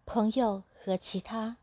朋友和其他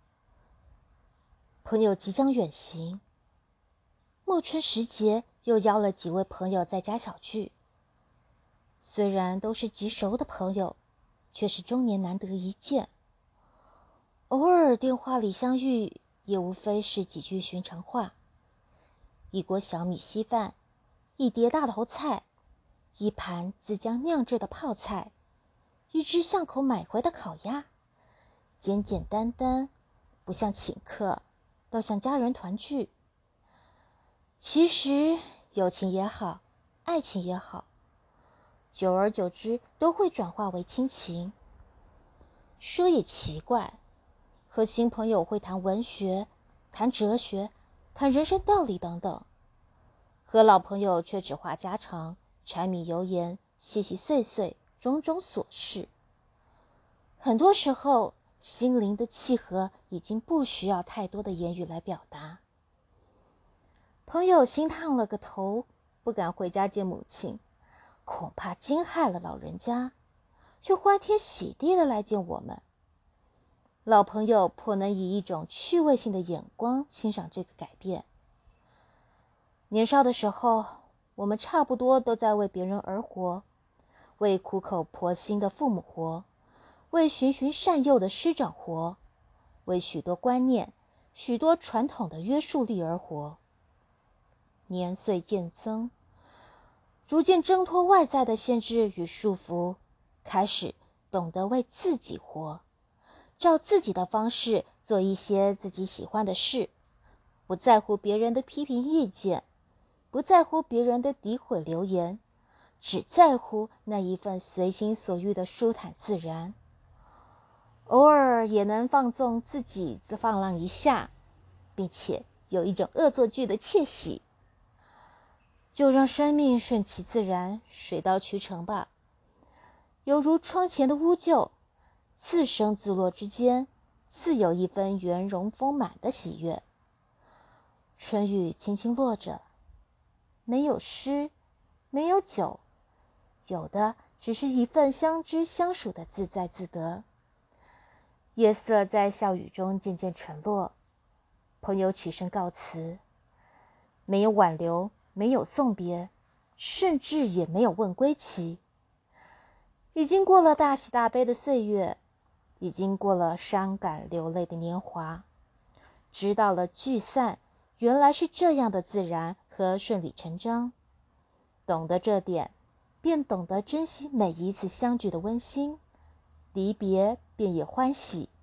朋友即将远行，暮春时节又邀了几位朋友在家小聚。虽然都是极熟的朋友，却是终年难得一见。偶尔电话里相遇，也无非是几句寻常话。一锅小米稀饭，一碟大头菜，一盘自家酿制的泡菜，一只巷口买回的烤鸭，简简单单，不像请客，倒像家人团聚。其实友情也好，爱情也好，久而久之都会转化为亲情。说也奇怪，和新朋友会谈文学，谈哲学，谈人生道理等等，和老朋友却只话家常，柴米油盐，细细碎碎，种种琐事。很多时候，心灵的契合已经不需要太多的言语来表达。朋友心烫了个头，不敢回家见母亲，恐怕惊害了老人家，却欢天喜地的来见我们。老朋友颇能以一种趣味性的眼光欣赏这个改变。年少的时候，我们差不多都在为别人而活，为苦口婆心的父母活，为循循善诱的师长活，为许多观念、许多传统的约束力而活。年岁渐增，逐渐挣脱外在的限制与束缚，开始懂得为自己活，照自己的方式做一些自己喜欢的事，不在乎别人的批评意见，不在乎别人的诋毁流言，只在乎那一份随心所欲的舒坦自然。偶尔也能放纵自己放浪一下，并且有一种恶作剧的窃喜。就让生命顺其自然，水到渠成吧。犹如窗前的乌桕，自生自落之间，自有一分圆融丰满的喜悦。春雨轻轻落着，没有诗，没有酒，有的只是一份相知相属的自在自得。夜色在笑语中渐渐沉落，朋友起身告辞，没有挽留，没有送别，甚至也没有问归期。已经过了大喜大悲的岁月，已经过了伤感流泪的年华，知道了聚散原来是这样的自然和顺理成章。懂得这点，便懂得珍惜每一次相聚的温馨，离别便也欢喜。